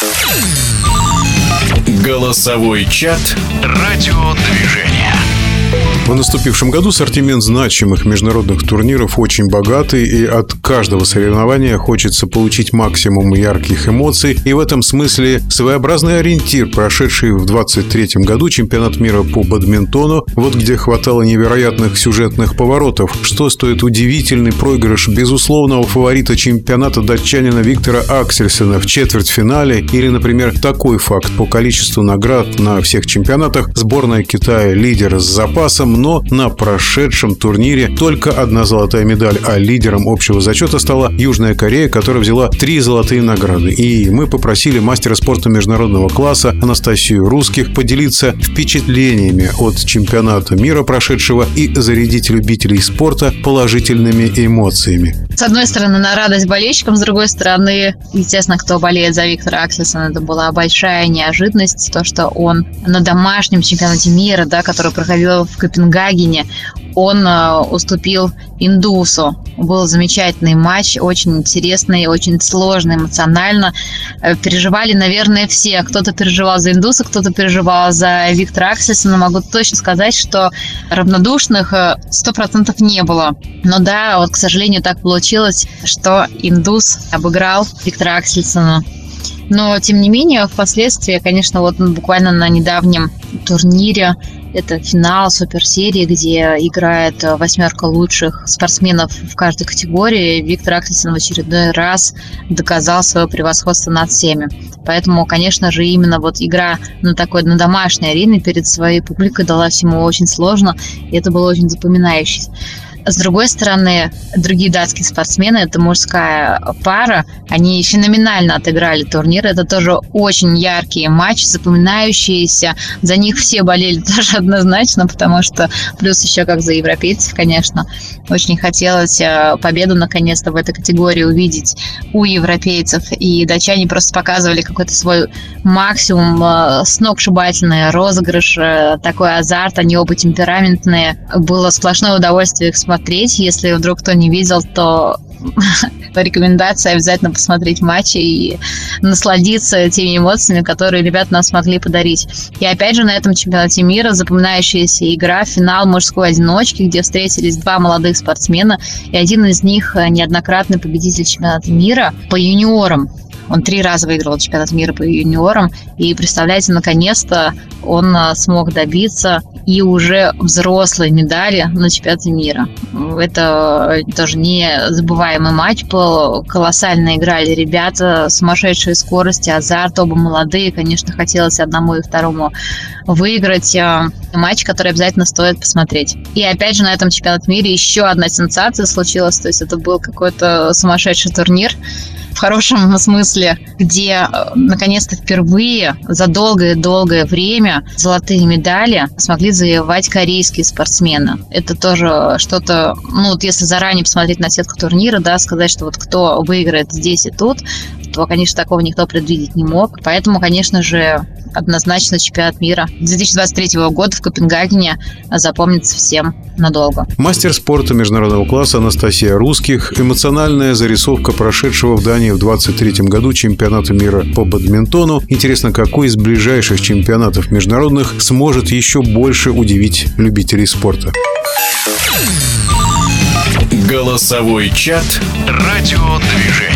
Голосовой чат радиодвижения. В наступившем году ассортимент значимых международных турниров очень богатый, и от каждого соревнования хочется получить максимум ярких эмоций. И в этом смысле своеобразный ориентир, прошедший в 2023 году чемпионат мира по бадминтону, вот где хватало невероятных сюжетных поворотов. Что стоит удивительный проигрыш безусловного фаворита чемпионата датчанина Виктора Аксельсена в четвертьфинале, или, например, такой факт: по количеству наград на всех чемпионатах сборная Китая лидер с запасом, но на прошедшем турнире только одна золотая медаль, а лидером общего зачета стала Южная Корея, которая взяла 3 золотые награды. И мы попросили мастера спорта международного класса Анастасию Русских поделиться впечатлениями от чемпионата мира прошедшего и зарядить любителей спорта положительными эмоциями. С одной стороны, на радость болельщикам, с другой стороны, естественно, кто болеет за Виктора Аксельсена, это была большая неожиданность, то, что он на домашнем чемпионате мира, который проходил в Копенгагене, он уступил индусу. Был замечательный матч, очень интересный, очень сложный эмоционально. Переживали, наверное, все. Кто-то переживал за индуса, кто-то переживал за Виктора Аксельсена. Могу точно сказать, что равнодушных 100% не было. Но да, вот, к сожалению, так получилось, что индус обыграл Виктора Аксельсена. Но, тем не менее, впоследствии, конечно, вот буквально на недавнем турнире, это финал суперсерии, где играет 8 лучших спортсменов в каждой категории, Виктор Аксельсен в очередной раз доказал свое превосходство над всеми. Поэтому, конечно же, именно вот игра на домашней арене перед своей публикой далась ему очень сложно, и это было очень запоминающееся. С другой стороны, другие датские спортсмены, это мужская пара, они феноменально отыграли турнир. Это тоже очень яркие матчи, запоминающиеся. За них все болели тоже однозначно, потому что плюс еще как за европейцев, конечно. Очень хотелось победу наконец-то в этой категории увидеть у европейцев. И датчане просто показывали какой-то свой максимум, сногсшибательный розыгрыш, такой азарт. Они оба темпераментные. Было сплошное удовольствие их смотреть. Если вдруг кто не видел, то рекомендация обязательно посмотреть матчи и насладиться теми эмоциями, которые ребята нам смогли подарить. И опять же на этом чемпионате мира запоминающаяся игра, финал мужской одиночки, где встретились 2 молодых спортсмена, и один из них неоднократный победитель чемпионата мира по юниорам. Он 3 раза выиграл чемпионат мира по юниорам, и, представляете, наконец-то он смог добиться и уже взрослой медали на чемпионате мира. Это тоже незабываемый матч был, колоссально играли ребята, сумасшедшие скорости, азарт, оба молодые, конечно, хотелось одному и второму выиграть матч, который обязательно стоит посмотреть. И опять же на этом чемпионате мира еще одна сенсация случилась, то есть это был какой-то сумасшедший турнир, в хорошем смысле, где наконец-то впервые за долгое-долгое время золотые медали смогли завоевать корейские спортсмены. Это тоже что-то, если заранее посмотреть на сетку турнира, сказать, что вот кто выиграет здесь и тут, то, конечно, такого никто предвидеть не мог. Поэтому, конечно же, однозначно чемпионат мира 2023 года в Копенгагене запомнится всем надолго. Мастер спорта международного класса Анастасия Русских. Эмоциональная зарисовка прошедшего в Дании в 2023 году чемпионата мира по бадминтону. Интересно, какой из ближайших чемпионатов международных сможет еще больше удивить любителей спорта? Голосовой чат радиодвижения.